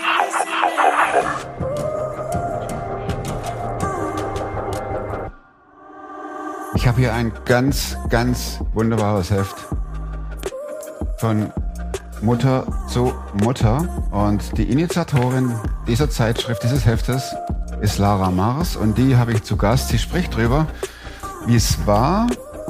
Ich habe hier ein ganz, ganz wunderbares Heft von Mutter zu Mutter. Und die Initiatorin dieser Zeitschrift, dieses Heftes, ist Lara Mars. Und die habe ich zu Gast. Sie spricht darüber, wie es war,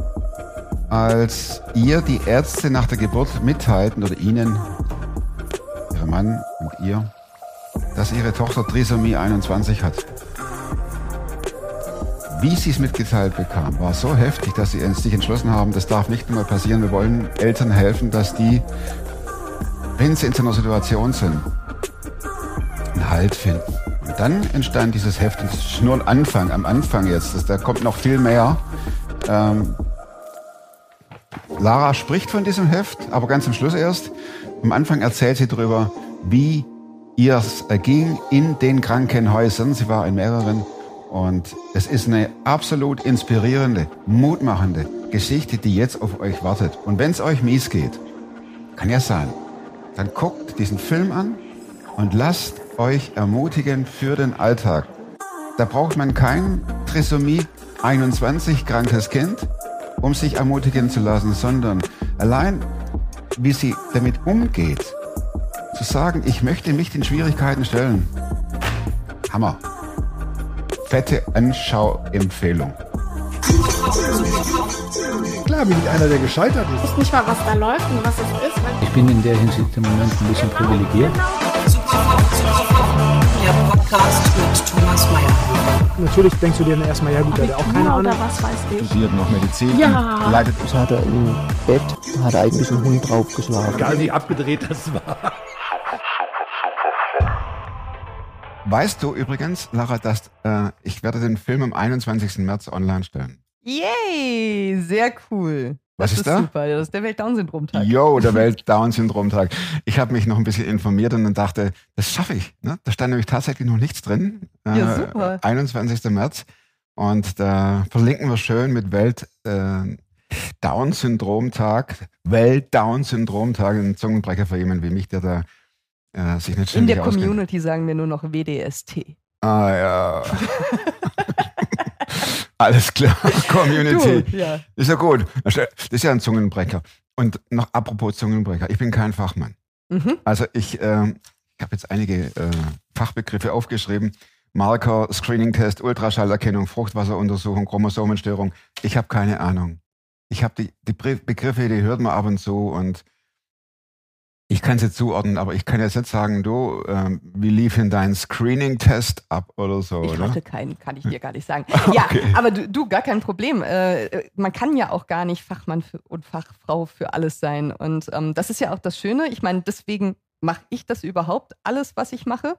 als ihr die Ärzte nach der Geburt mitteilten, oder Ihnen, Ihr Mann und ihr, dass Ihre Tochter Trisomie 21 hat. Wie sie es mitgeteilt bekam, war so heftig, dass sie sich entschlossen haben, das darf nicht mehr passieren. Wir wollen Eltern helfen, dass die, wenn sie in so einer Situation sind, einen Halt finden. Und dann entstand dieses Heft, und das ist nur am Anfang jetzt, da kommt noch viel mehr. Lara spricht von diesem Heft, aber ganz am Schluss erst. Am Anfang erzählt sie darüber, wie ihr es erging in den Krankenhäusern. Sie war in mehreren. Und es ist eine absolut inspirierende, mutmachende Geschichte, die jetzt auf euch wartet. Und wenn es euch mies geht, kann ja sein, dann guckt diesen Film an und lasst euch ermutigen für den Alltag. Da braucht man kein Trisomie 21 krankes Kind, um sich ermutigen zu lassen, sondern allein, wie sie damit umgeht, zu sagen, ich möchte mich den Schwierigkeiten stellen. Hammer. Fette Anschauempfehlung. Klar bin ich einer, der gescheitert ist. Ich weiß nicht mal, was da läuft und was es ist. Ich bin in der Hinsicht im Moment ein bisschen privilegiert. Der Podcast mit Thomas Mayer. Natürlich denkst du dir dann erstmal, ja gut, der hat auch keine Ahnung. Oder was weiß ich. Studiert noch Medizin. Ja. Leidet. Das hat er im Bett, hat er eigentlich einen Hund draufgeschlagen. Egal wie abgedreht das war. Weißt du übrigens, Lara, dass ich werde den Film am 21. März online stellen. Yay, sehr cool. Was das ist da? Super, das ist der Welt-Down-Syndrom-Tag. Jo, der Welt-Down-Syndrom-Tag. Ich habe mich noch ein bisschen informiert und dann dachte, das schaffe ich. Ne? Da stand nämlich tatsächlich noch nichts drin. Ja, super. 21. März. Und da verlinken wir schön mit Welt-Down-Syndrom-Tag. Welt-Down-Syndrom-Tag, ein Zungenbrecher für jemanden wie mich, der da sich nicht In ständig der auskennt. Community sagen wir nur noch WDST. Ah ja. Alles klar, Community. Du, ja. Ist ja gut. Das ist ja ein Zungenbrecher. Und noch apropos Zungenbrecher, ich bin kein Fachmann. Mhm. Also ich habe jetzt einige Fachbegriffe aufgeschrieben. Marker, Screening-Test, Ultraschallerkennung, Fruchtwasseruntersuchung, Chromosomenstörung. Ich habe keine Ahnung. Ich habe die Begriffe, die hört man ab und zu und ich kann sie zuordnen, aber ich kann jetzt nicht sagen, du, wie lief denn dein Screening-Test ab oder so, Ich oder? hatte keinen, kann ich dir gar nicht sagen. Ja, Okay. aber du, gar kein Problem. Man kann ja auch gar nicht Fachmann und Fachfrau für alles sein. Und das ist ja auch das Schöne. Ich meine, deswegen mache ich das überhaupt, alles, was ich mache,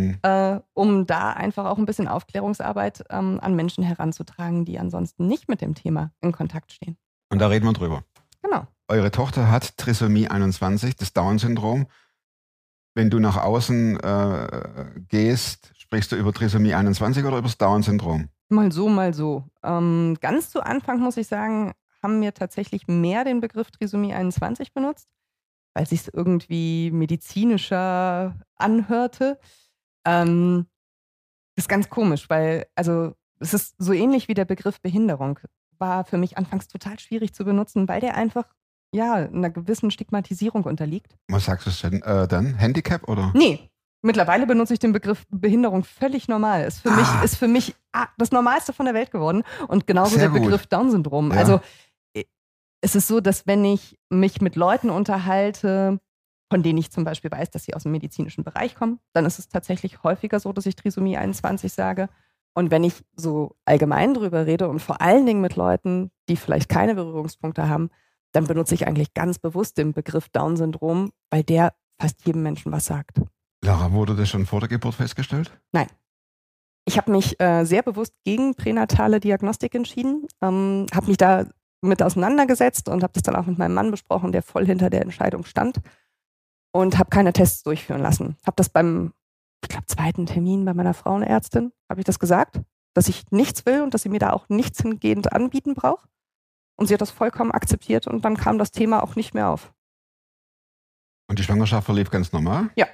um da einfach auch ein bisschen Aufklärungsarbeit an Menschen heranzutragen, die ansonsten nicht mit dem Thema in Kontakt stehen. Und da reden wir drüber. Genau. Eure Tochter hat Trisomie 21, das Down-Syndrom. Wenn du nach außen gehst, sprichst du über Trisomie 21 oder über das Down-Syndrom? Mal so, mal so. Ganz zu Anfang, muss ich sagen, haben wir tatsächlich mehr den Begriff Trisomie 21 benutzt, weil es sich irgendwie medizinischer anhörte. Das ist ganz komisch, weil also es ist so ähnlich wie der Begriff Behinderung. War für mich anfangs total schwierig zu benutzen, weil der einfach einer gewissen Stigmatisierung unterliegt. Was sagst du denn, dann? Handicap oder? Nee, mittlerweile benutze ich den Begriff Behinderung völlig normal. Ist für mich das Normalste von der Welt geworden. Und genauso Sehr der gut. Begriff Down-Syndrom. Ja. Also es ist so, dass wenn ich mich mit Leuten unterhalte, von denen ich zum Beispiel weiß, dass sie aus dem medizinischen Bereich kommen, dann ist es tatsächlich häufiger so, dass ich Trisomie 21 sage. Und wenn ich so allgemein drüber rede und vor allen Dingen mit Leuten, die vielleicht keine Berührungspunkte haben, dann benutze ich eigentlich ganz bewusst den Begriff Down-Syndrom, weil der fast jedem Menschen was sagt. Lara, wurde das schon vor der Geburt festgestellt? Nein. Ich habe mich sehr bewusst gegen pränatale Diagnostik entschieden, habe mich da mit auseinandergesetzt und habe das dann auch mit meinem Mann besprochen, der voll hinter der Entscheidung stand und habe keine Tests durchführen lassen. Habe das beim, ich glaube, zweiten Termin bei meiner Frauenärztin, habe ich das gesagt, dass ich nichts will und dass sie mir da auch nichts hingehend anbieten braucht. Und sie hat das vollkommen akzeptiert und dann kam das Thema auch nicht mehr auf. Und die Schwangerschaft verlief ganz normal? Ja,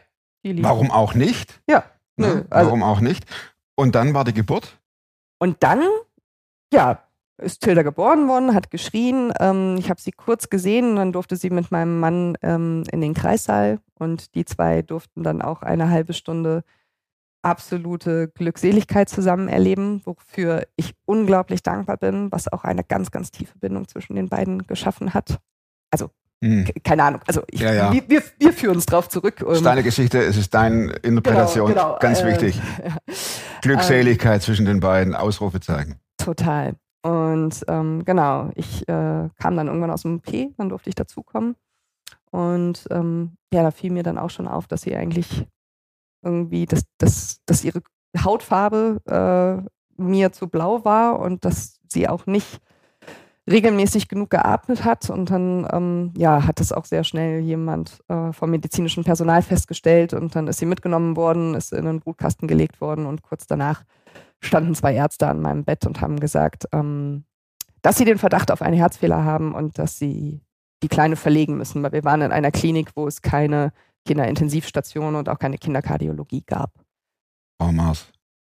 Die lief. Warum auch nicht? Ja. Ne? Nö, also, Warum auch nicht? Und dann war die Geburt? und dann, ja, ist Tilda geboren worden, hat geschrien. Ich habe sie kurz gesehen, dann durfte sie mit meinem Mann in den Kreissaal und die zwei durften dann auch eine halbe Stunde absolute Glückseligkeit zusammen erleben, wofür ich unglaublich dankbar bin, was auch eine ganz, ganz tiefe Bindung zwischen den beiden geschaffen hat. Also, keine Ahnung, also wir führen uns drauf zurück. Es ist deine Geschichte, es ist deine Interpretation, Genau, ganz wichtig. Ja. Glückseligkeit zwischen den beiden, Ausrufezeichen. Total. Und genau, ich kam dann irgendwann aus dem OP, dann durfte ich dazukommen. Und da fiel mir dann auch schon auf, dass sie eigentlich irgendwie, dass ihre Hautfarbe mir zu blau war und dass sie auch nicht regelmäßig genug geatmet hat. Und dann hat das auch sehr schnell jemand vom medizinischen Personal festgestellt und dann ist sie mitgenommen worden, ist in einen Brutkasten gelegt worden und kurz danach standen 2 Ärzte an meinem Bett und haben gesagt, dass sie den Verdacht auf einen Herzfehler haben und dass sie die Kleine verlegen müssen, weil wir waren in einer Klinik, wo es keine Kinderintensivstation und auch keine Kinderkardiologie gab. Frau Maas.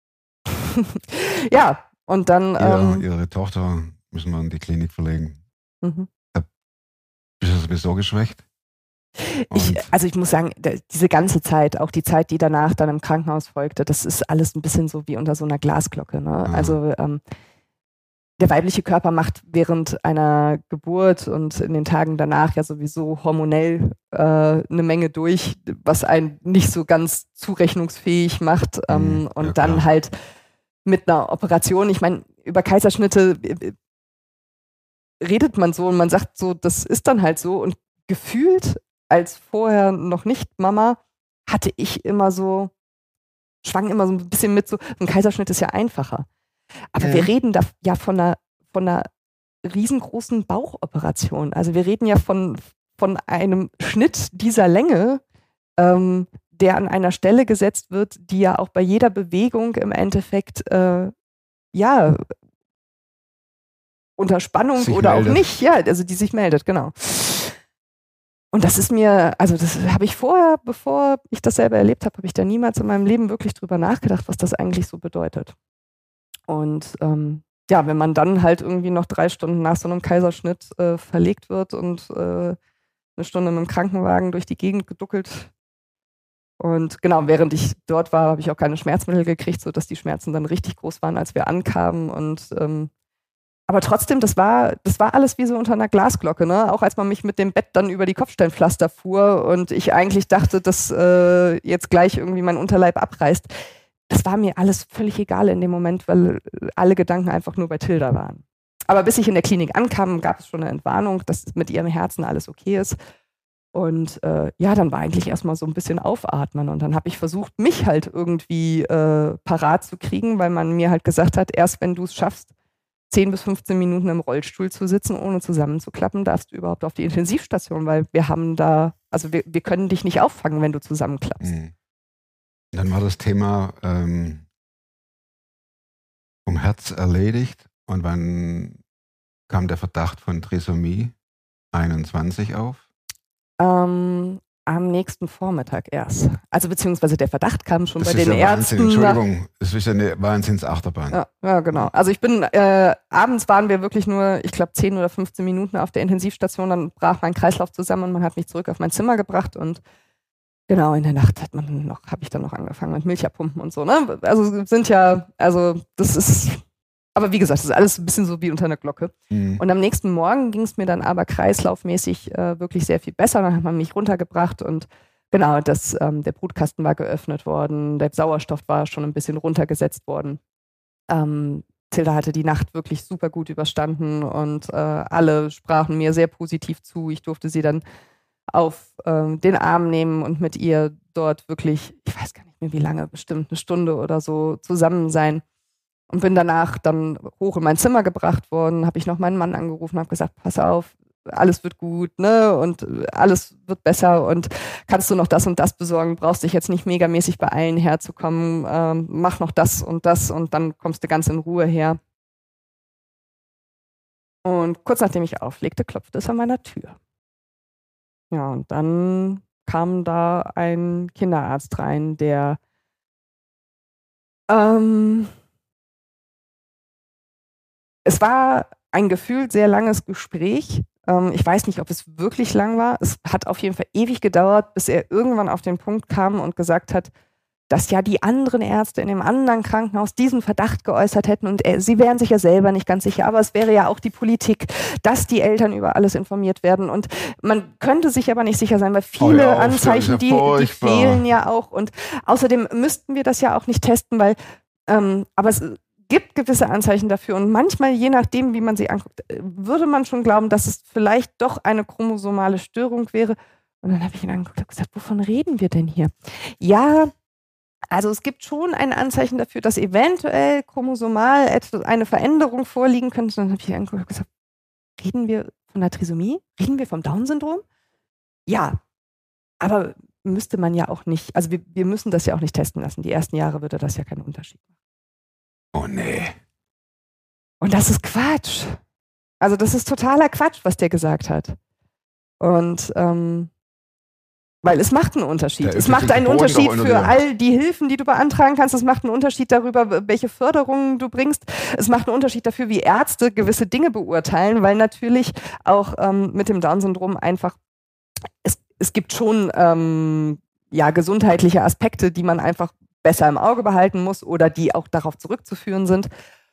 Ja, und dann Ihre Tochter müssen wir in die Klinik verlegen. Mhm. Bist du sowieso geschwächt? Ich muss sagen, diese ganze Zeit, auch die Zeit, die danach dann im Krankenhaus folgte, das ist alles ein bisschen so wie unter so einer Glasglocke. Ne? Mhm. Also der weibliche Körper macht während einer Geburt und in den Tagen danach ja sowieso hormonell eine Menge durch, was einen nicht so ganz zurechnungsfähig macht. Und dann halt mit einer Operation, ich meine, über Kaiserschnitte redet man so und man sagt so, das ist dann halt so und gefühlt als vorher noch nicht Mama, hatte ich immer so, schwang immer so ein bisschen mit, so ein Kaiserschnitt ist ja einfacher. Aber wir reden da ja von einer riesengroßen Bauchoperation. Also wir reden ja von einem Schnitt dieser Länge, der an einer Stelle gesetzt wird, die ja auch bei jeder Bewegung im Endeffekt unter Spannung sich oder meldet. auch nicht, ja, also die sich meldet, genau. Und das ist mir, also das habe ich vorher, bevor ich das selber erlebt habe, habe ich da niemals in meinem Leben wirklich drüber nachgedacht, was das eigentlich so bedeutet. Und wenn man dann halt irgendwie noch 3 Stunden nach so einem Kaiserschnitt verlegt wird und 1 Stunde mit dem Krankenwagen durch die Gegend geduckelt. Und genau, während ich dort war, habe ich auch keine Schmerzmittel gekriegt, sodass die Schmerzen dann richtig groß waren, als wir ankamen. Und aber trotzdem, das war alles wie so unter einer Glasglocke, ne? Auch als man mich mit dem Bett dann über die Kopfsteinpflaster fuhr und ich eigentlich dachte, dass jetzt gleich irgendwie mein Unterleib abreißt. Das war mir alles völlig egal in dem Moment, weil alle Gedanken einfach nur bei Tilda waren. Aber bis ich in der Klinik ankam, gab es schon eine Entwarnung, dass mit ihrem Herzen alles okay ist. Und dann war eigentlich erstmal so ein bisschen aufatmen. Und dann habe ich versucht, mich halt irgendwie parat zu kriegen, weil man mir halt gesagt hat, erst wenn du es schaffst, 10 bis 15 Minuten im Rollstuhl zu sitzen, ohne zusammenzuklappen, darfst du überhaupt auf die Intensivstation, weil wir haben da, also wir können dich nicht auffangen, wenn du zusammenklappst. Mhm. Dann war das Thema vom Herz erledigt und wann kam der Verdacht von Trisomie 21 auf? Am nächsten Vormittag erst. Also beziehungsweise der Verdacht kam schon Das bei ist den ja Ärzten. Wahnsinn. Entschuldigung, das ist ja eine Wahnsinnsachterbahn. Ja, genau. Also ich bin, abends waren wir wirklich nur, ich glaube 10 oder 15 Minuten auf der Intensivstation, dann brach mein Kreislauf zusammen und man hat mich zurück auf mein Zimmer gebracht und genau, in der Nacht habe ich dann noch angefangen mit Milchpumpen und so, ne? Also das ist, aber wie gesagt, das ist alles ein bisschen so wie unter einer Glocke. Mhm. Und am nächsten Morgen ging es mir dann aber kreislaufmäßig wirklich sehr viel besser. Dann hat man mich runtergebracht und genau, der Brutkasten war geöffnet worden, der Sauerstoff war schon ein bisschen runtergesetzt worden. Tilda hatte die Nacht wirklich super gut überstanden und alle sprachen mir sehr positiv zu. Ich durfte sie dann auf den Arm nehmen und mit ihr dort wirklich, ich weiß gar nicht mehr wie lange, bestimmt 1 Stunde oder so zusammen sein. Und bin danach dann hoch in mein Zimmer gebracht worden, habe ich noch meinen Mann angerufen, habe gesagt, pass auf, alles wird gut, ne? Und alles wird besser und kannst du noch das und das besorgen, brauchst dich jetzt nicht megamäßig beeilen, herzukommen, mach noch das und dann kommst du ganz in Ruhe her. Und kurz nachdem ich auflegte, klopfte es an meiner Tür. Ja, und dann kam da ein Kinderarzt rein, der es war ein gefühlt sehr langes Gespräch. Ich weiß nicht, ob es wirklich lang war. Es hat auf jeden Fall ewig gedauert, bis er irgendwann auf den Punkt kam und gesagt hat, dass ja die anderen Ärzte in dem anderen Krankenhaus diesen Verdacht geäußert hätten und sie wären sich ja selber nicht ganz sicher, aber es wäre ja auch die Politik, dass die Eltern über alles informiert werden und man könnte sich aber nicht sicher sein, weil viele Anzeichen, die fehlen ja auch und außerdem müssten wir das ja auch nicht testen, weil aber es gibt gewisse Anzeichen dafür und manchmal, je nachdem, wie man sie anguckt, würde man schon glauben, dass es vielleicht doch eine chromosomale Störung wäre. Und dann habe ich ihn angeguckt und gesagt, wovon reden wir denn hier? Ja, also es gibt schon ein Anzeichen dafür, dass eventuell chromosomal eine Veränderung vorliegen könnte. Und dann habe ich ihn angeguckt und gesagt, reden wir von der Trisomie? Reden wir vom Down-Syndrom? Ja, aber müsste man ja auch nicht, also wir müssen das ja auch nicht testen lassen. Die ersten Jahre würde das ja keinen Unterschied machen. Oh nee. Und das ist Quatsch. Also das ist totaler Quatsch, was der gesagt hat. Und weil es macht einen Unterschied. Es macht einen Unterschied für all die Hilfen, die du beantragen kannst. Es macht einen Unterschied darüber, welche Förderungen du bringst. Es macht einen Unterschied dafür, wie Ärzte gewisse Dinge beurteilen, weil natürlich auch mit dem Down-Syndrom einfach, es gibt schon gesundheitliche Aspekte, die man einfach besser im Auge behalten muss oder die auch darauf zurückzuführen sind.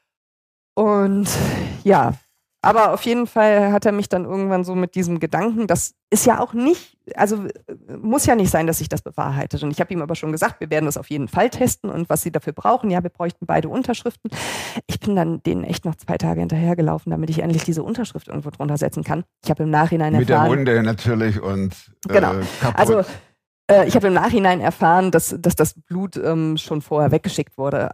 Und ja, aber auf jeden Fall hat er mich dann irgendwann so mit diesem Gedanken, das ist ja auch nicht, also muss ja nicht sein, dass sich das bewahrheitet. Und ich habe ihm aber schon gesagt, wir werden das auf jeden Fall testen und was sie dafür brauchen, ja, wir bräuchten beide Unterschriften. Ich bin dann denen echt noch 2 Tage hinterhergelaufen, damit ich endlich diese Unterschrift irgendwo drunter setzen kann. Ich habe im Nachhinein erfahren. Mit der Wunde natürlich und genau. Kaputt. Also ich habe im Nachhinein erfahren, dass das Blut schon vorher weggeschickt wurde.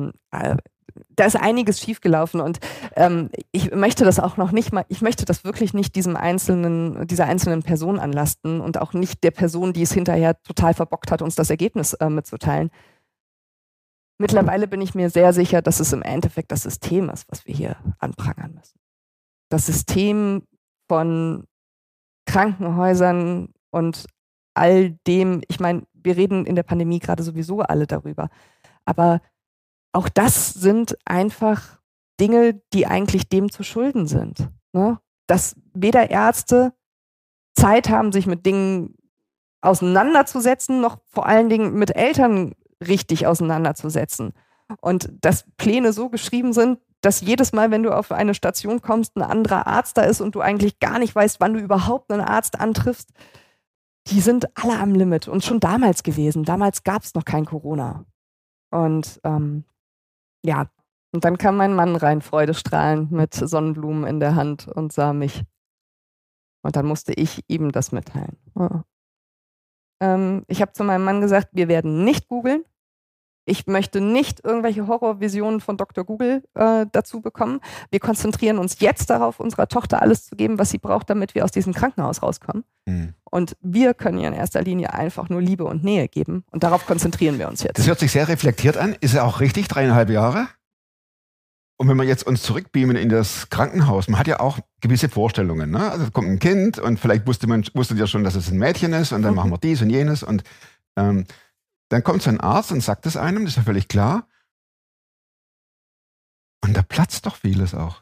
Da ist einiges schiefgelaufen und ich möchte das auch noch nicht mal, ich möchte das wirklich nicht dieser einzelnen Person anlasten und auch nicht der Person, die es hinterher total verbockt hat, uns das Ergebnis mitzuteilen. Mittlerweile bin ich mir sehr sicher, dass es im Endeffekt das System ist, was wir hier anprangern müssen. Das System von Krankenhäusern und all dem, ich meine, wir reden in der Pandemie gerade sowieso alle darüber, aber auch das sind einfach Dinge, die eigentlich dem zu schulden sind. Ne? Dass weder Ärzte Zeit haben, sich mit Dingen auseinanderzusetzen, noch vor allen Dingen mit Eltern richtig auseinanderzusetzen. Und dass Pläne so geschrieben sind, dass jedes Mal, wenn du auf eine Station kommst, ein anderer Arzt da ist und du eigentlich gar nicht weißt, wann du überhaupt einen Arzt antriffst, die sind alle am Limit und schon damals gewesen. Damals gab es noch kein Corona. Und ja, und dann kam mein Mann rein, freudestrahlend mit Sonnenblumen in der Hand und sah mich. Und dann musste ich ihm das mitteilen. Ich habe zu meinem Mann gesagt, wir werden nicht googeln. Ich möchte nicht irgendwelche Horrorvisionen von Dr. Google dazu bekommen. Wir konzentrieren uns jetzt darauf, unserer Tochter alles zu geben, was sie braucht, damit wir aus diesem Krankenhaus rauskommen. Und wir können ihr in erster Linie einfach nur Liebe und Nähe geben. Und darauf konzentrieren wir uns jetzt. Das hört sich sehr reflektiert an. Ist ja auch richtig, 3,5 Jahre. Und wenn wir jetzt uns zurückbeamen in das Krankenhaus, man hat ja auch gewisse Vorstellungen. Ne? Also kommt ein Kind und vielleicht wusstet ihr schon, dass es ein Mädchen ist und dann machen wir dies und jenes. Und dann kommt so ein Arzt und sagt es einem, das ist ja völlig klar. Und da platzt doch vieles auch.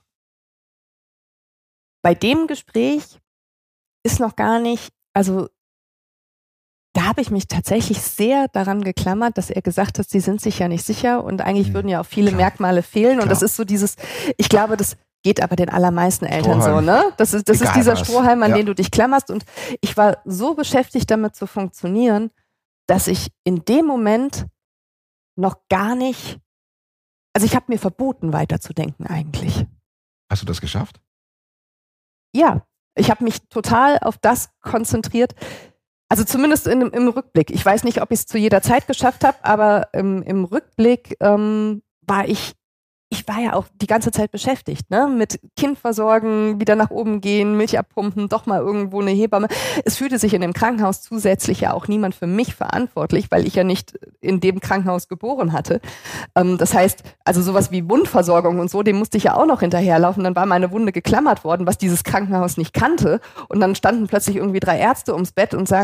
Bei dem Gespräch ist noch gar nicht, also da habe ich mich tatsächlich sehr daran geklammert, dass er gesagt hat, sie sind sich ja nicht sicher und eigentlich würden ja auch viele Merkmale fehlen. Und das ist so dieses, ich glaube, das geht aber den allermeisten Eltern Strohhalm. So, ne? Das ist dieser Strohhalm, an den du dich klammerst. Und ich war so beschäftigt damit zu funktionieren, dass ich in dem Moment noch gar nicht, also ich habe mir verboten, weiterzudenken eigentlich. Hast du das geschafft? Ja, ich habe mich total auf das konzentriert, also zumindest im Rückblick. Ich weiß nicht, ob ich es zu jeder Zeit geschafft habe, aber im Rückblick war ich ja auch die ganze Zeit beschäftigt, ne? Mit Kind versorgen, wieder nach oben gehen, Milch abpumpen, doch mal irgendwo eine Hebamme. Es fühlte sich in dem Krankenhaus zusätzlich ja auch niemand für mich verantwortlich, weil ich ja nicht in dem Krankenhaus geboren hatte. Das heißt, also sowas wie Wundversorgung und so, dem musste ich ja auch noch hinterherlaufen. Dann war meine Wunde geklammert worden, was dieses Krankenhaus nicht kannte. Und dann standen plötzlich irgendwie 3 Ärzte ums Bett und sagten,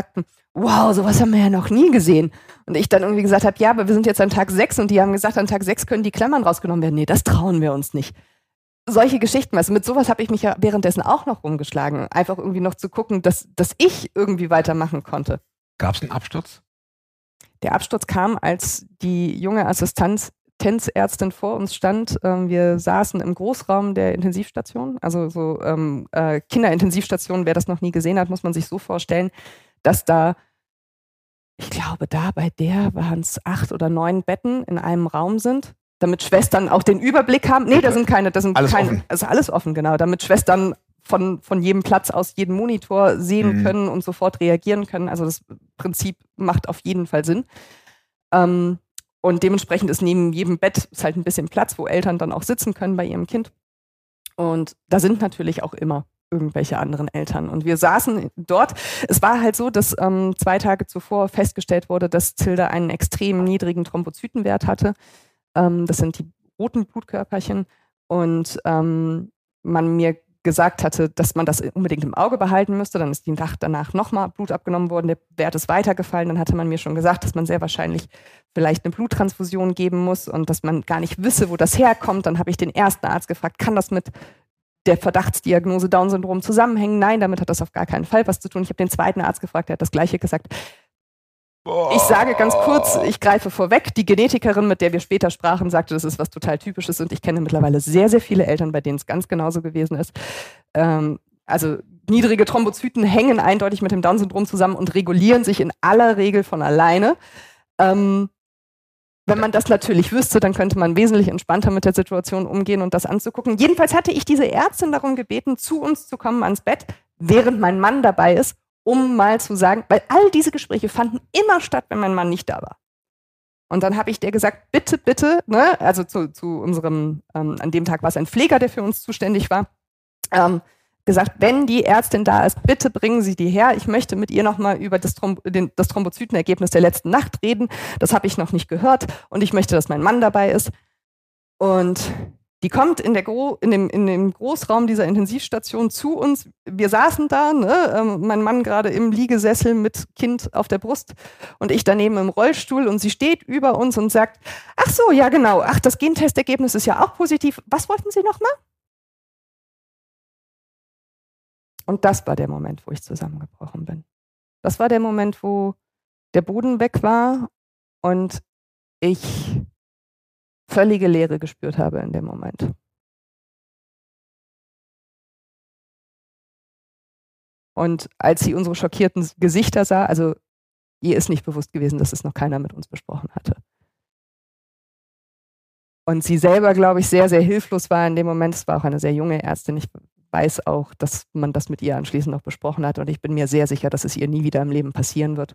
wow, sowas haben wir ja noch nie gesehen. Und ich dann irgendwie gesagt habe, ja, aber wir sind jetzt an Tag 6 und die haben gesagt, an Tag 6 können die Klammern rausgenommen werden. Nee, das trauen wir uns nicht. Solche Geschichten, also mit sowas habe ich mich ja währenddessen auch noch rumgeschlagen. Einfach irgendwie noch zu gucken, dass ich irgendwie weitermachen konnte. Gab es einen Absturz? Der Absturz kam, als die junge Assistenzärztin vor uns stand. Wir saßen im Großraum der Intensivstation, also so Kinderintensivstation, wer das noch nie gesehen hat, muss man sich so vorstellen, dass da, ich glaube, da bei der waren es 8 oder 9 Betten in einem Raum sind, damit Schwestern auch den Überblick haben. Nee, da sind keine, offen. Also alles offen, genau, damit Schwestern von jedem Platz aus jeden Monitor sehen können und sofort reagieren können. Also das Prinzip macht auf jeden Fall Sinn. Und dementsprechend ist neben jedem Bett ist halt ein bisschen Platz, wo Eltern dann auch sitzen können bei ihrem Kind. Und da sind natürlich auch immer irgendwelche anderen Eltern. Und wir saßen dort. Es war halt so, dass 2 Tage zuvor festgestellt wurde, dass Tilda einen extrem niedrigen Thrombozytenwert hatte. Das sind die roten Blutkörperchen. Und man mir gesagt hatte, dass man das unbedingt im Auge behalten müsste. Dann ist die Nacht danach nochmal Blut abgenommen worden. Der Wert ist weitergefallen. Dann hatte man mir schon gesagt, dass man sehr wahrscheinlich vielleicht eine Bluttransfusion geben muss und dass man gar nicht wisse, wo das herkommt. Dann habe ich den ersten Arzt gefragt, kann das mit der Verdachtsdiagnose Down-Syndrom zusammenhängen? Nein, damit hat das auf gar keinen Fall was zu tun. Ich habe den zweiten Arzt gefragt, der hat das Gleiche gesagt. Ich sage ganz kurz, ich greife vorweg, die Genetikerin, mit der wir später sprachen, sagte, das ist was total Typisches und ich kenne mittlerweile sehr, sehr viele Eltern, bei denen es ganz genauso gewesen ist. Also niedrige Thrombozyten hängen eindeutig mit dem Down-Syndrom zusammen und regulieren sich in aller Regel von alleine. Wenn man das natürlich wüsste, dann könnte man wesentlich entspannter mit der Situation umgehen und das anzugucken. Jedenfalls hatte ich diese Ärztin darum gebeten, zu uns zu kommen ans Bett, während mein Mann dabei ist, um mal zu sagen, weil all diese Gespräche fanden immer statt, wenn mein Mann nicht da war. Und dann habe ich der gesagt, bitte, bitte, ne, also zu unserem, an dem Tag war es ein Pfleger, der für uns zuständig war, gesagt, wenn die Ärztin da ist, bitte bringen Sie die her. Ich möchte mit ihr nochmal über das Thrombozytenergebnis der letzten Nacht reden. Das habe ich noch nicht gehört und ich möchte, dass mein Mann dabei ist. Und die kommt in dem Großraum dieser Intensivstation zu uns. Wir saßen da, ne, mein Mann gerade im Liegesessel mit Kind auf der Brust und ich daneben im Rollstuhl und sie steht über uns und sagt, ach so, ja genau, ach, das Gentestergebnis ist ja auch positiv. Was wollten Sie nochmal? Und das war der Moment, wo ich zusammengebrochen bin. Das war der Moment, wo der Boden weg war und ich völlige Leere gespürt habe in dem Moment. Und als sie unsere schockierten Gesichter sah, also ihr ist nicht bewusst gewesen, dass es noch keiner mit uns besprochen hatte. Und sie selber, glaube ich, sehr, sehr hilflos war in dem Moment. Es war auch eine sehr junge Ärztin. Ich weiß auch, dass man das mit ihr anschließend noch besprochen hat und ich bin mir sehr sicher, dass es ihr nie wieder im Leben passieren wird.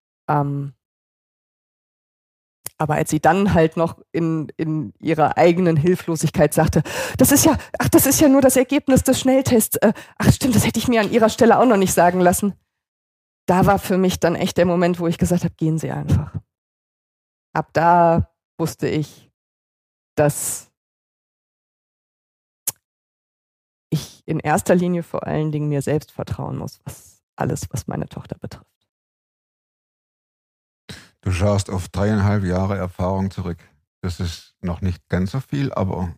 Aber als sie dann halt noch in ihrer eigenen Hilflosigkeit sagte, das ist ja nur das Ergebnis des Schnelltests. Ach stimmt, das hätte ich mir an ihrer Stelle auch noch nicht sagen lassen. Da war für mich dann echt der Moment, wo ich gesagt habe, gehen Sie einfach. Ab da wusste ich, dass ich in erster Linie vor allen Dingen mir selbst vertrauen muss, was meine Tochter betrifft. Du schaust auf 3,5 Jahre Erfahrung zurück. Das ist noch nicht ganz so viel, aber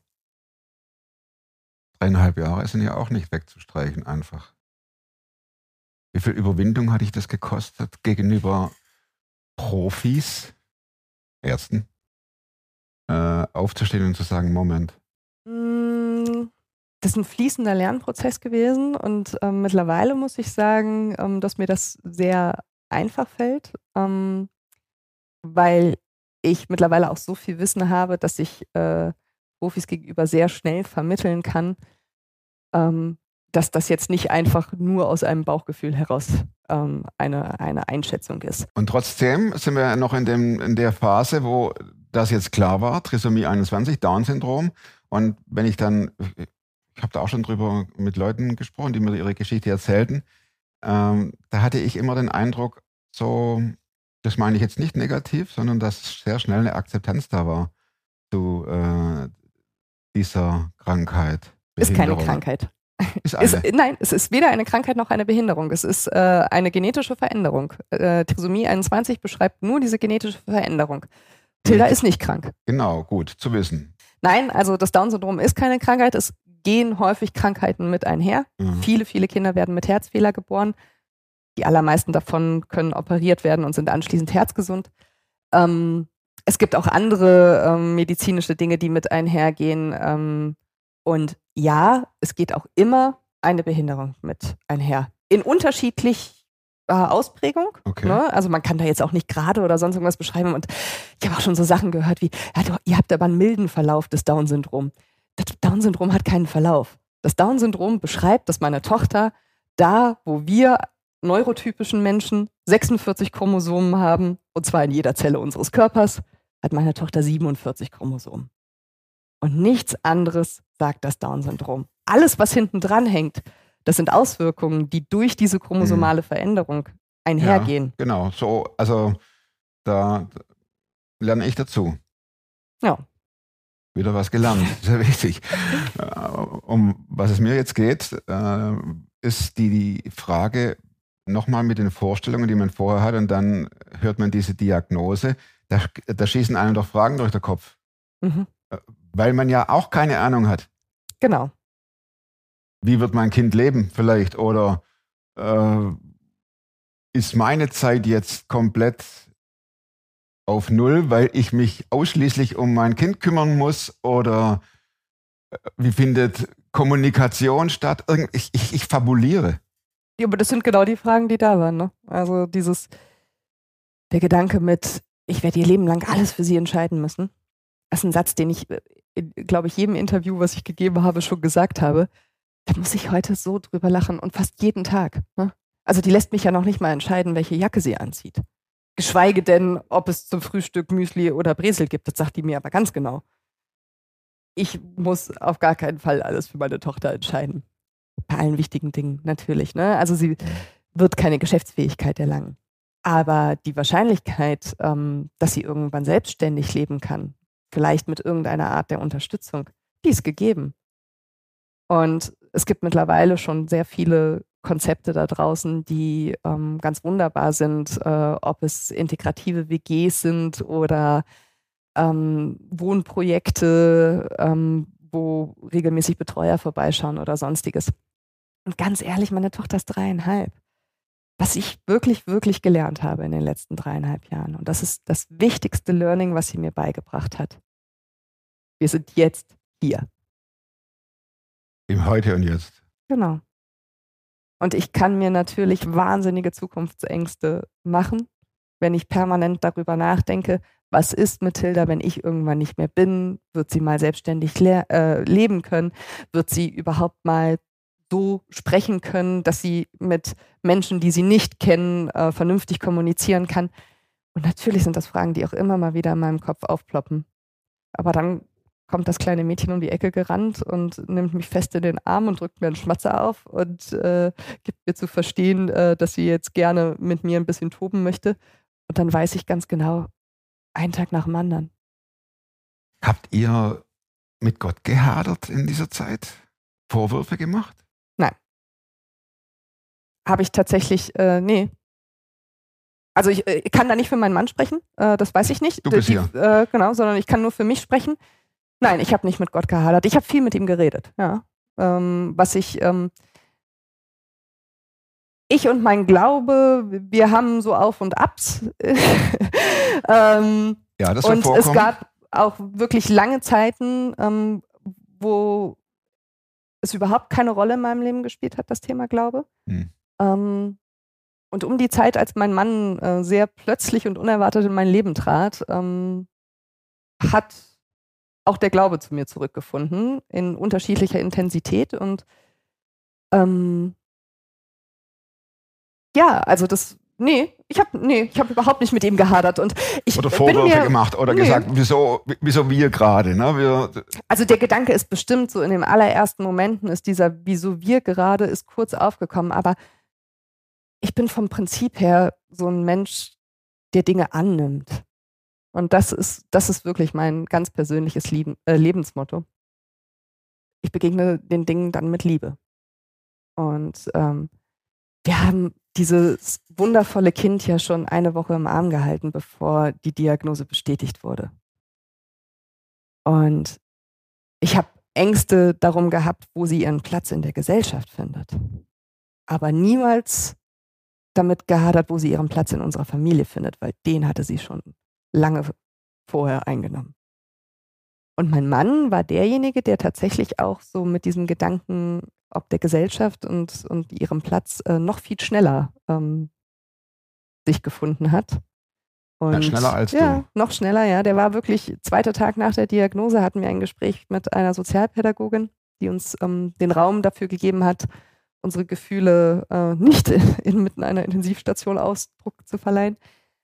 3,5 Jahre sind ja auch nicht wegzustreichen einfach. Wie viel Überwindung hat dich das gekostet gegenüber Profis, Ärzten, aufzustehen und zu sagen, Moment. Das ist ein fließender Lernprozess gewesen und mittlerweile muss ich sagen, dass mir das sehr einfach fällt. Weil ich mittlerweile auch so viel Wissen habe, dass ich Profis gegenüber sehr schnell vermitteln kann, dass das jetzt nicht einfach nur aus einem Bauchgefühl heraus eine Einschätzung ist. Und trotzdem sind wir noch in der Phase, wo das jetzt klar war, Trisomie 21, Down-Syndrom. Und wenn ich dann, ich habe da auch schon drüber mit Leuten gesprochen, die mir ihre Geschichte erzählten, da hatte ich immer den Eindruck, so, das meine ich jetzt nicht negativ, sondern dass sehr schnell eine Akzeptanz da war zu dieser Krankheit. Ist keine Krankheit. Ist eine. Nein, es ist weder eine Krankheit noch eine Behinderung. Es ist eine genetische Veränderung. Trisomie 21 beschreibt nur diese genetische Veränderung. Tilda ist nicht krank. Genau, gut zu wissen. Nein, also das Down-Syndrom ist keine Krankheit. Es gehen häufig Krankheiten mit einher. Mhm. Viele, viele Kinder werden mit Herzfehler geboren. Die allermeisten davon können operiert werden und sind anschließend herzgesund. Es gibt auch andere medizinische Dinge, die mit einhergehen. Und ja, es geht auch immer eine Behinderung mit einher. In unterschiedlicher Ausprägung. Okay. Ne? Also man kann da jetzt auch nicht gerade oder sonst irgendwas beschreiben. Und ich habe auch schon so Sachen gehört wie, ja, ihr habt aber einen milden Verlauf des Down-Syndrom. Das Down-Syndrom hat keinen Verlauf. Das Down-Syndrom beschreibt, dass meine Tochter da, wo wir neurotypischen Menschen 46 Chromosomen haben, und zwar in jeder Zelle unseres Körpers, hat meine Tochter 47 Chromosomen. Und nichts anderes sagt das Down-Syndrom. Alles, was hinten dran hängt, das sind Auswirkungen, die durch diese chromosomale Veränderung einhergehen. Ja, genau, so, also da lerne ich dazu. Ja. Wieder was gelernt, sehr wichtig. Um was es mir jetzt geht, ist die Frage, nochmal mit den Vorstellungen, die man vorher hat, und dann hört man diese Diagnose, da schießen einem doch Fragen durch den Kopf. Mhm. Weil man ja auch keine Ahnung hat. Genau. Wie wird mein Kind leben vielleicht? Oder ist meine Zeit jetzt komplett auf Null, weil ich mich ausschließlich um mein Kind kümmern muss? Oder wie findet Kommunikation statt? Ich fabuliere. Ja, aber das sind genau die Fragen, die da waren. Ne? Also der Gedanke mit, ich werde ihr Leben lang alles für sie entscheiden müssen. Das ist ein Satz, den ich, glaube ich, jedem Interview, was ich gegeben habe, schon gesagt habe. Da muss ich heute so drüber lachen und fast jeden Tag. Ne? Also die lässt mich ja noch nicht mal entscheiden, welche Jacke sie anzieht. Geschweige denn, ob es zum Frühstück Müsli oder Bresel gibt. Das sagt die mir aber ganz genau. Ich muss auf gar keinen Fall alles für meine Tochter entscheiden. Bei allen wichtigen Dingen natürlich. Ne? Also sie wird keine Geschäftsfähigkeit erlangen. Aber die Wahrscheinlichkeit, dass sie irgendwann selbstständig leben kann, vielleicht mit irgendeiner Art der Unterstützung, die ist gegeben. Und es gibt mittlerweile schon sehr viele Konzepte da draußen, die ganz wunderbar sind, ob es integrative WGs sind oder Wohnprojekte, wo regelmäßig Betreuer vorbeischauen oder sonstiges. Und ganz ehrlich, meine Tochter ist 3,5. Was ich wirklich, wirklich gelernt habe in den letzten 3,5 Jahren. Und das ist das wichtigste Learning, was sie mir beigebracht hat. Wir sind jetzt hier. Im Heute und Jetzt. Genau. Und ich kann mir natürlich wahnsinnige Zukunftsängste machen, wenn ich permanent darüber nachdenke, was ist mit Tilda, wenn ich irgendwann nicht mehr bin? Wird sie mal selbstständig leben können? Wird sie überhaupt mal so sprechen können, dass sie mit Menschen, die sie nicht kennen, vernünftig kommunizieren kann? Und natürlich sind das Fragen, die auch immer mal wieder in meinem Kopf aufploppen. Aber dann kommt das kleine Mädchen um die Ecke gerannt und nimmt mich fest in den Arm und drückt mir einen Schmatzer auf und gibt mir zu verstehen, dass sie jetzt gerne mit mir ein bisschen toben möchte. Und dann weiß ich ganz genau, einen Tag nach dem anderen. Habt ihr mit Gott gehadert in dieser Zeit? Vorwürfe gemacht? Nein. Habe ich tatsächlich, nee. Also ich kann da nicht für meinen Mann sprechen, das weiß ich nicht. Du bist hier. Genau, sondern ich kann nur für mich sprechen. Nein, ich habe nicht mit Gott gehadert. Ich habe viel mit ihm geredet. Ja. Ich und mein Glaube, wir haben so Auf und Abs. Ja, das soll und vorkommen. es gab auch wirklich lange Zeiten, wo es überhaupt keine Rolle in meinem Leben gespielt hat, das Thema Glaube. Und um die Zeit, als mein Mann sehr plötzlich und unerwartet in mein Leben trat, hat auch der Glaube zu mir zurückgefunden, in unterschiedlicher Intensität. Und ja, also ich habe überhaupt nicht mit ihm gehadert. Und ich oder bin Vorwürfe gemacht oder nee. gesagt, wieso wir gerade? Ne? Also der Gedanke ist bestimmt so in den allerersten Momenten ist dieser, wieso wir gerade, ist kurz aufgekommen. Aber ich bin vom Prinzip her so ein Mensch, der Dinge annimmt. Und das ist wirklich mein ganz persönliches Lebensmotto. Ich begegne den Dingen dann mit Liebe. Und wir haben dieses wundervolle Kind ja schon eine Woche im Arm gehalten, bevor die Diagnose bestätigt wurde. Und ich habe Ängste darum gehabt, wo sie ihren Platz in der Gesellschaft findet. Aber niemals damit gehadert, wo sie ihren Platz in unserer Familie findet, weil den hatte sie schon lange vorher eingenommen. Und mein Mann war derjenige, der tatsächlich auch so mit diesem Gedanken ob der Gesellschaft und ihrem Platz noch viel schneller sich gefunden hat. Und, Ja, schneller als ja, du. noch schneller, ja. Der war wirklich, zweiter Tag nach der Diagnose hatten wir ein Gespräch mit einer Sozialpädagogin, die uns den Raum dafür gegeben hat, unsere Gefühle nicht inmitten einer Intensivstation Ausdruck zu verleihen.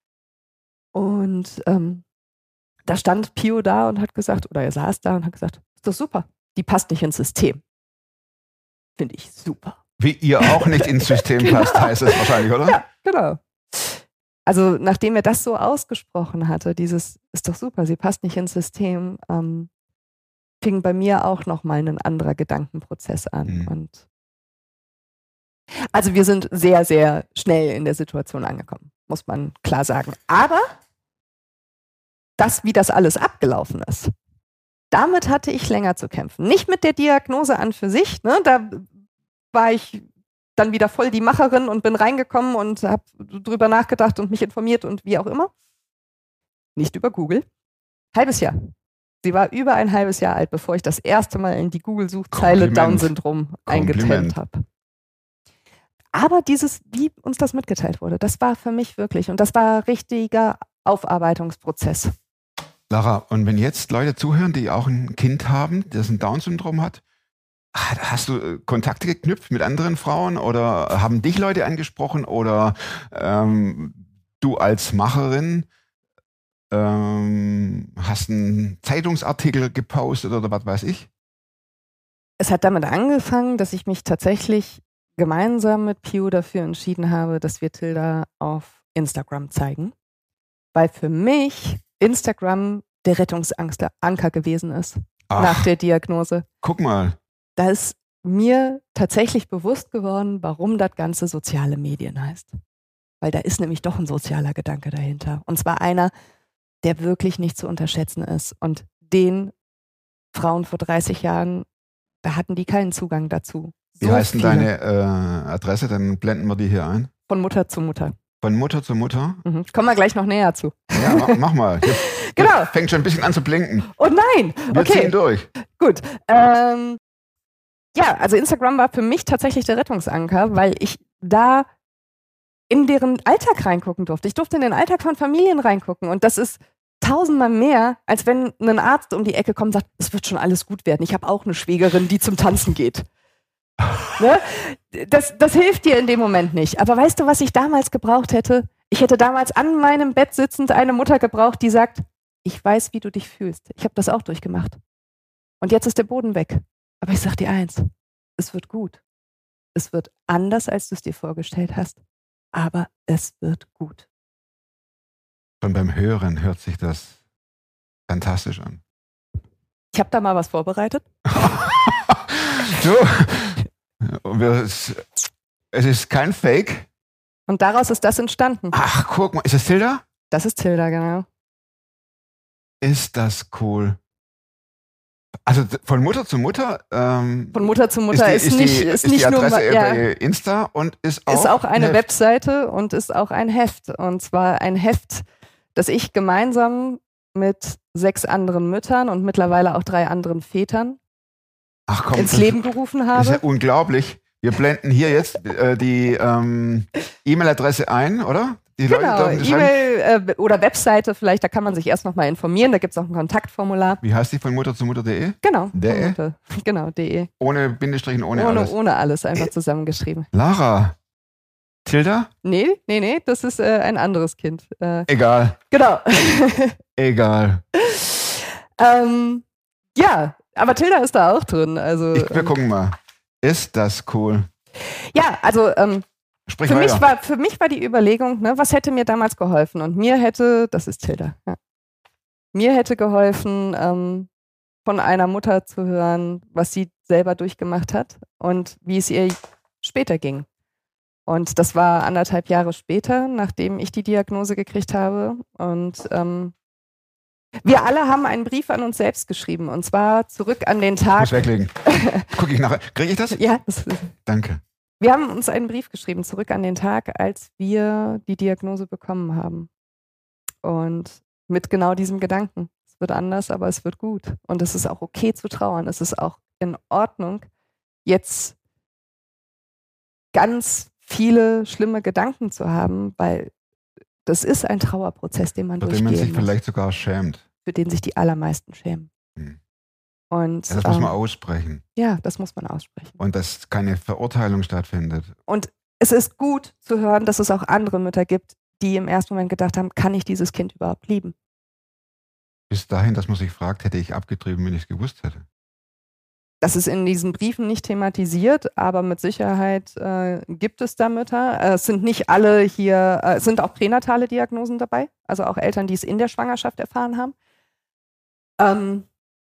Und da stand Pio da und hat gesagt, oder er saß da und hat gesagt, ist doch super, die passt nicht ins System. Finde ich super. Wie ihr auch nicht ins System passt, heißt es wahrscheinlich, oder? Ja, genau. Also nachdem er das so ausgesprochen hatte, dieses ist doch super, sie passt nicht ins System, fing bei mir auch nochmal ein anderer Gedankenprozess an. Und also wir sind sehr, sehr schnell in der Situation angekommen, muss man klar sagen. Aber das, wie das alles abgelaufen ist, damit hatte ich länger zu kämpfen. Nicht mit der Diagnose an für sich, ne? Da war ich dann wieder voll die Macherin und bin reingekommen und habe drüber nachgedacht und mich informiert und wie auch immer. Nicht über Google. Halbes Jahr. Sie war über ein halbes Jahr alt, bevor ich das erste Mal in die Google-Suchzeile Down-Syndrom eingetippt habe. Aber dieses, wie uns das mitgeteilt wurde, das war für mich wirklich, und das war richtiger Aufarbeitungsprozess. Lara, und wenn jetzt Leute zuhören, die auch ein Kind haben, das ein Down-Syndrom hat, hast du Kontakte geknüpft mit anderen Frauen oder haben dich Leute angesprochen oder du als Macherin hast einen Zeitungsartikel gepostet oder was weiß ich? Es hat damit angefangen, dass ich mich tatsächlich gemeinsam mit Pio dafür entschieden habe, dass wir Tilda auf Instagram zeigen, weil für mich Instagram der Rettungsanker gewesen ist nach der Diagnose. Guck mal. Da ist mir tatsächlich bewusst geworden, warum das Ganze soziale Medien heißt. Weil da ist nämlich doch ein sozialer Gedanke dahinter. Und zwar einer, der wirklich nicht zu unterschätzen ist. Und den Frauen vor 30 Jahren, da hatten die keinen Zugang dazu. Wie heißt denn deine Adresse? Dann blenden wir die hier ein. Von Mutter zu Mutter. Von Mutter zu Mutter? Kommen wir gleich noch näher zu. Ja, mach mal. Genau. Fängt schon ein bisschen an zu blinken. Oh nein! Wir ziehen durch. Gut. Ja, also Instagram war für mich tatsächlich der Rettungsanker, weil ich da in deren Alltag reingucken durfte. Ich durfte in den Alltag von Familien reingucken und das ist tausendmal mehr, als wenn ein Arzt um die Ecke kommt und sagt, es wird schon alles gut werden. Ich habe auch eine Schwägerin, die zum Tanzen geht. Ne? Das hilft dir in dem Moment nicht. Aber weißt du, was ich damals gebraucht hätte? Ich hätte damals an meinem Bett sitzend eine Mutter gebraucht, die sagt, ich weiß, wie du dich fühlst. Ich habe das auch durchgemacht. Und jetzt ist der Boden weg. Aber ich sag dir eins, es wird gut. Es wird anders, als du es dir vorgestellt hast. Aber es wird gut. Schon beim Hören hört sich das fantastisch an. Ich habe da mal was vorbereitet. So, es ist kein Fake. Und daraus ist das entstanden. Ach, guck mal, ist das Tilda? Das ist Tilda, genau. Ist das cool. Also von Mutter zu Mutter. Von Mutter zu Mutter ist die nicht Adresse nur bei Insta und ist auch eine Heft. Webseite und ist auch ein Heft. Und zwar ein Heft, das ich gemeinsam mit 6 anderen Müttern und mittlerweile auch 3 anderen Vätern ins Leben gerufen habe. Das ist ja unglaublich. Wir blenden hier jetzt die E-Mail-Adresse ein, oder? Die Genau, Leute E-Mail oder Webseite vielleicht, da kann man sich erst nochmal informieren, da gibt es auch ein Kontaktformular. Wie heißt die von Mutter zu Mutter.de? Genau, De? Genau, de. Ohne Bindestrich und ohne alles. Ohne alles, einfach zusammengeschrieben. Lara, Tilda? Nee, das ist ein anderes Kind. Egal. Genau. Egal. Ja, aber Tilda ist da auch drin. Also, Wir gucken mal. Ist das cool? Ja, also für mich war die Überlegung, ne, was hätte mir damals geholfen? Und mir hätte, das ist Tilda, ja. Mir hätte geholfen, von einer Mutter zu hören, was sie selber durchgemacht hat und wie es ihr später ging. Und das war 1,5 Jahre später, nachdem ich die Diagnose gekriegt habe. Und wir alle haben einen Brief an uns selbst geschrieben. Und zwar zurück an den Tag. Muss weglegen. Guck ich nachher. Kriege ich das? Ja. Danke. Wir haben uns einen Brief geschrieben, zurück an den Tag, als wir die Diagnose bekommen haben. Und mit genau diesem Gedanken. Es wird anders, aber es wird gut. Und es ist auch okay zu trauern. Es ist auch in Ordnung, jetzt ganz viele schlimme Gedanken zu haben, weil das ist ein Trauerprozess, den man durchgehen muss. Für den man sich vielleicht sogar schämt. Für den sich die allermeisten schämen. Und, ja, das muss man aussprechen. Ja, das muss man aussprechen. Und dass keine Verurteilung stattfindet. Und es ist gut zu hören, dass es auch andere Mütter gibt, die im ersten Moment gedacht haben, kann ich dieses Kind überhaupt lieben? Bis dahin, dass man sich fragt, hätte ich abgetrieben, wenn ich es gewusst hätte. Das ist in diesen Briefen nicht thematisiert, aber mit Sicherheit gibt es da Mütter. Es sind nicht alle hier, es sind auch pränatale Diagnosen dabei, also auch Eltern, die es in der Schwangerschaft erfahren haben.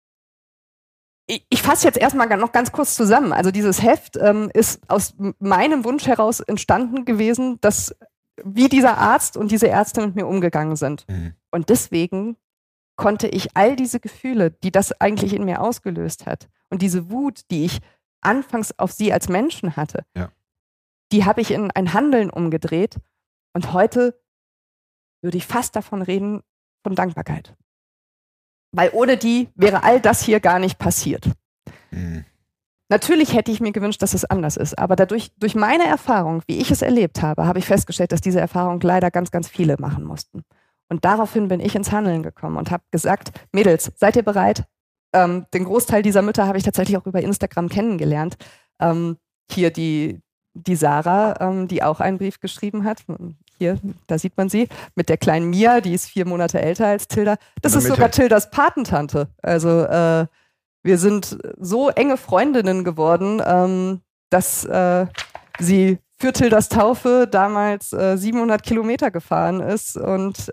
Ich fasse jetzt erstmal noch ganz kurz zusammen. Also dieses Heft ist aus meinem Wunsch heraus entstanden gewesen, dass wie dieser Arzt und diese Ärzte mit mir umgegangen sind. Und deswegen konnte ich all diese Gefühle, die das eigentlich in mir ausgelöst hat und diese Wut, die ich anfangs auf sie als Menschen hatte, die habe ich in ein Handeln umgedreht und heute würde ich fast davon reden, von Dankbarkeit. Weil ohne die wäre all das hier gar nicht passiert. Natürlich hätte ich mir gewünscht, dass es anders ist, aber durch meine Erfahrung, wie ich es erlebt habe, habe ich festgestellt, dass diese Erfahrung leider ganz, ganz viele machen mussten. Und daraufhin bin ich ins Handeln gekommen und habe gesagt, Mädels, seid ihr bereit? Den Großteil dieser Mütter habe ich tatsächlich auch über Instagram kennengelernt. Hier die Sarah, die auch einen Brief geschrieben hat. Hier, da sieht man sie, mit der kleinen Mia, die ist 4 Monate älter als Tilda. Das ist sogar Tildas Patentante. Also wir sind so enge Freundinnen geworden, dass sie für Tildas Taufe damals 700 Kilometer gefahren ist und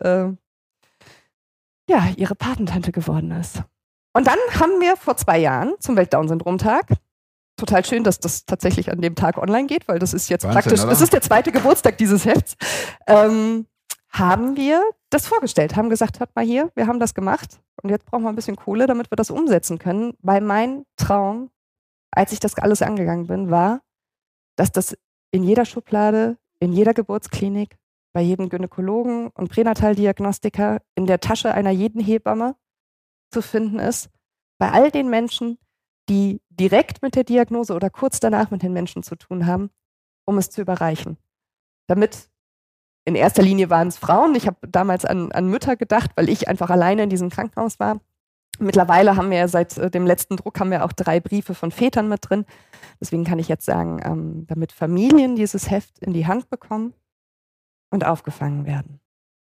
ihre Patentante geworden ist. Und dann haben wir vor 2 Jahren zum Welt-Down-Syndrom-Tag, total schön, dass das tatsächlich an dem Tag online geht, weil das ist jetzt Wahnsinn, praktisch, oder? Das ist der 2. Geburtstag dieses Hefts, haben wir das vorgestellt, haben gesagt, hört mal hier, wir haben das gemacht und jetzt brauchen wir ein bisschen Kohle, damit wir das umsetzen können, weil mein Traum, als ich das alles angegangen bin, war, dass das in jeder Schublade, in jeder Geburtsklinik, bei jedem Gynäkologen und Pränataldiagnostiker, in der Tasche einer jeden Hebamme zu finden ist, bei all den Menschen, die direkt mit der Diagnose oder kurz danach mit den Menschen zu tun haben, um es zu überreichen. Damit, in erster Linie waren es Frauen, ich habe damals an Mütter gedacht, weil ich einfach alleine in diesem Krankenhaus war. Mittlerweile haben wir seit dem letzten Druck haben wir auch 3 Briefe von Vätern mit drin. Deswegen kann ich jetzt sagen, damit Familien dieses Heft in die Hand bekommen und aufgefangen werden.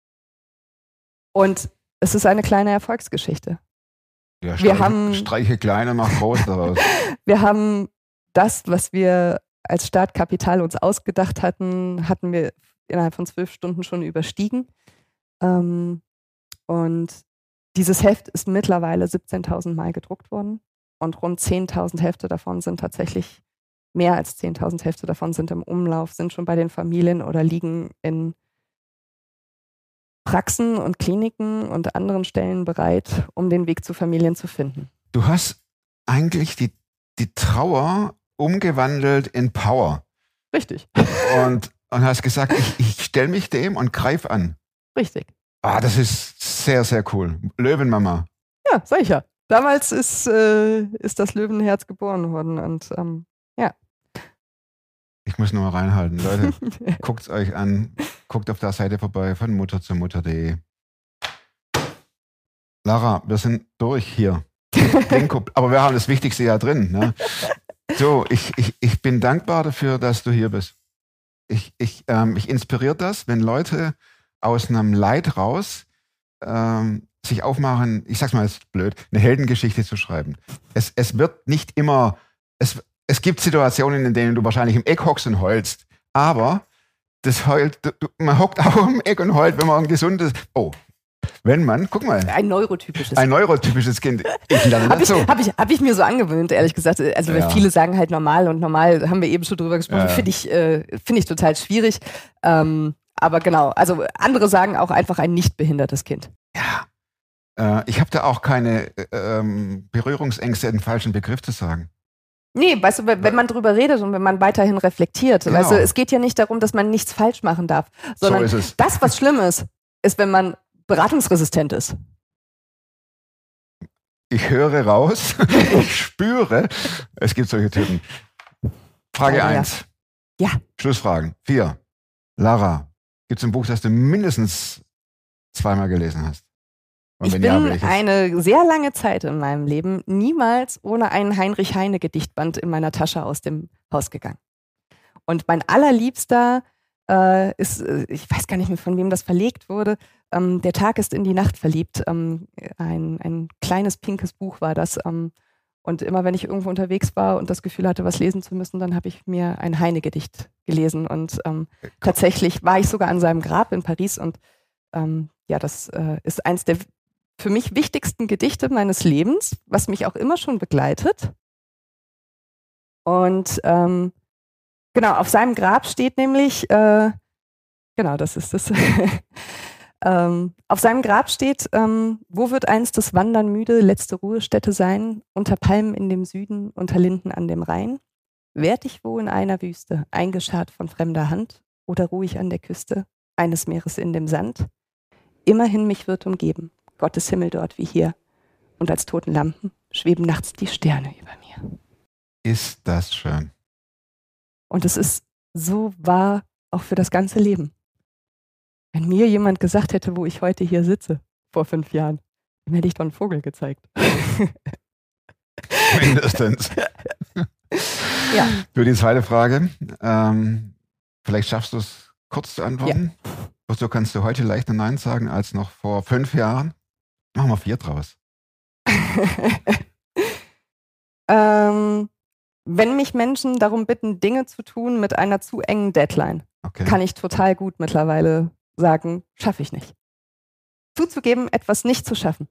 Und es ist eine kleine Erfolgsgeschichte. Ja, streiche kleine, mach groß daraus. Wir haben das, was wir als Startkapital uns ausgedacht hatten wir innerhalb von 12 Stunden schon überstiegen. Und dieses Heft ist mittlerweile 17.000 Mal gedruckt worden und rund 10.000 Hefte davon sind tatsächlich, mehr als 10.000 Hefte davon sind im Umlauf, sind schon bei den Familien oder liegen in Praxen und Kliniken und anderen Stellen bereit, um den Weg zu Familien zu finden. Du hast eigentlich die Trauer umgewandelt in Power. Richtig. Und hast gesagt, ich stelle mich dem und greife an. Richtig. Das ist sehr, sehr cool. Löwenmama. Ja, sag ich ja. Damals ist das Löwenherz geboren worden und ja. Ich muss nur mal reinhalten. Leute, guckt es euch an. Guckt auf der Seite vorbei von mutterzumutter.de. Lara, wir sind durch hier. Aber wir haben das Wichtigste ja drin. Ne? So, ich bin dankbar dafür, dass du hier bist. Ich inspiriert das, wenn Leute aus einem Leid raus sich aufmachen, ich sag's mal jetzt blöd, eine Heldengeschichte zu schreiben. Es wird nicht immer, es gibt Situationen, in denen du wahrscheinlich im Eck hockst und heulst, aber das heult, man hockt auch im Eck und heult, wenn man ein gesundes, Wenn man, guck mal, Ein neurotypisches ein neurotypisches Kind, ich lerne dazu. Hab ich mir so angewöhnt, ehrlich gesagt. Also Ja. viele sagen halt normal und normal, haben wir eben schon drüber gesprochen, Ja. finde ich total schwierig. Aber genau, also andere sagen auch einfach ein nicht behindertes Kind. Ich habe da auch keine Berührungsängste, den falschen Begriff zu sagen. Nee, weißt du, wenn man drüber redet und wenn man weiterhin reflektiert, Genau. weißt du, es geht ja nicht darum, dass man nichts falsch machen darf, sondern So ist es. das, was schlimm ist, wenn man beratungsresistent ist. Ich höre raus, ich spüre, es gibt solche Typen. Frage Ja. 1. Ja. Schlussfragen. 4. Lara, gibt es ein Buch, das du mindestens 2-mal gelesen hast? Und Ich wenn bin ja, welches? eine sehr lange Zeit in meinem Leben niemals ohne einen Heinrich Heine Gedichtband in meiner Tasche aus dem Haus gegangen. Und mein allerliebster ist, ich weiß gar nicht mehr, von wem das verlegt wurde, Der Tag ist in die Nacht verliebt. Ein kleines pinkes Buch war das. Und immer wenn ich irgendwo unterwegs war und das Gefühl hatte, was lesen zu müssen, dann habe ich mir ein Heine-Gedicht gelesen. Und tatsächlich war ich sogar an seinem Grab in Paris. Und ja, das ist eins der für mich wichtigsten Gedichte meines Lebens, was mich auch immer schon begleitet. Und genau, auf seinem Grab steht nämlich, genau, das ist es. Auf seinem Grab steht, wo wird einst das Wandern müde, letzte Ruhestätte sein, unter Palmen in dem Süden, unter Linden an dem Rhein? Werd ich wo in einer Wüste, eingescharrt von fremder Hand, oder ruhig an der Küste, eines Meeres in dem Sand? Immerhin mich wird umgeben, Gottes Himmel dort wie hier, und als toten Lampen schweben nachts die Sterne über mir. Ist das schön. Und es ist so wahr auch für das ganze Leben. Wenn mir jemand gesagt hätte, wo ich heute hier sitze, vor 5 Jahren, dann hätte ich doch einen Vogel gezeigt. Mindestens. Ja. Für die zweite Frage, vielleicht schaffst du es kurz zu antworten. So kannst du heute leichter Nein sagen als noch vor 5 Jahren. Machen wir 4 draus. Wenn mich Menschen darum bitten, Dinge zu tun mit einer zu engen Deadline, Okay. kann ich total gut mittlerweile sagen, schaffe ich nicht. Zuzugeben, etwas nicht zu schaffen.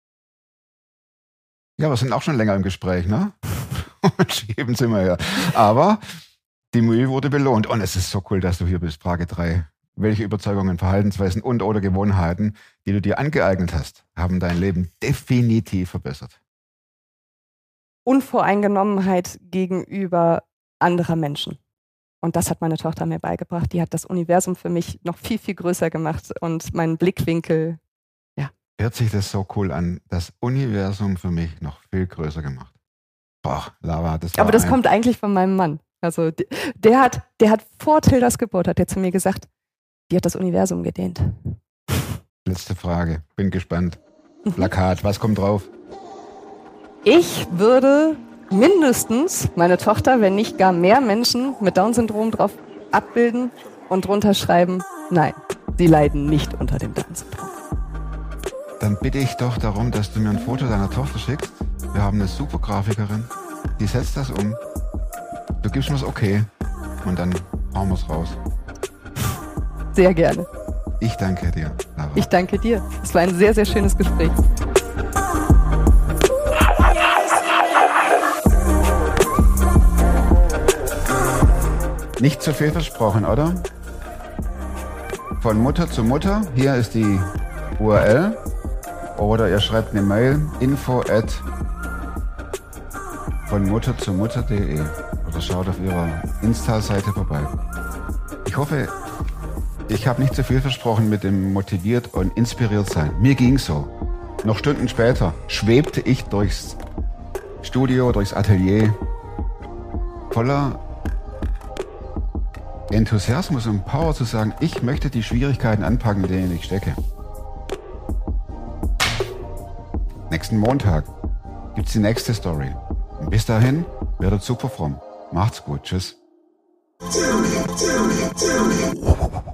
Ja, wir sind auch schon länger im Gespräch, ne? Und schieben sind wir ja. Aber die Mühe wurde belohnt. Und es ist so cool, dass du hier bist. Frage 3. Welche Überzeugungen, Verhaltensweisen und oder Gewohnheiten, die du dir angeeignet hast, haben dein Leben definitiv verbessert? Unvoreingenommenheit gegenüber anderer Menschen. Und das hat meine Tochter mir beigebracht. Die hat das Universum für mich noch viel, viel größer gemacht und meinen Blickwinkel. Hört sich das so cool an. Das Universum für mich noch viel größer gemacht. Boah, Lara, das war Aber das kommt eigentlich von meinem Mann. Also der hat vor Tildas Geburt, hat er zu mir gesagt, die hat das Universum gedehnt. Letzte Frage. Bin gespannt. Plakat, was kommt drauf? Ich würde mindestens meine Tochter, wenn nicht gar mehr Menschen mit Down-Syndrom drauf abbilden und drunter schreiben, nein, sie leiden nicht unter dem Down-Syndrom. Dann bitte ich doch darum, dass du mir ein Foto deiner Tochter schickst. Wir haben eine super Grafikerin. Die setzt das um. Du gibst mir das okay. Und dann hauen wir es raus. Sehr gerne. Ich danke dir, Lara. Ich danke dir. Es war ein sehr, sehr schönes Gespräch. Nicht zu viel versprochen, oder? Von Mutter zu Mutter. Hier ist die URL. Oder ihr schreibt eine Mail info@vonmutterzumutter.de oder schaut auf ihrer Insta-Seite vorbei. Ich hoffe, ich habe nicht zu viel versprochen mit dem motiviert und inspiriert sein. Mir ging's so. Noch Stunden später schwebte ich durchs Studio, durchs Atelier voller Enthusiasmus und Power zu sagen, ich möchte die Schwierigkeiten anpacken, in denen ich stecke. Nächsten Montag gibt's die nächste Story. Und bis dahin, werdet super fromm. Macht's gut. Tschüss.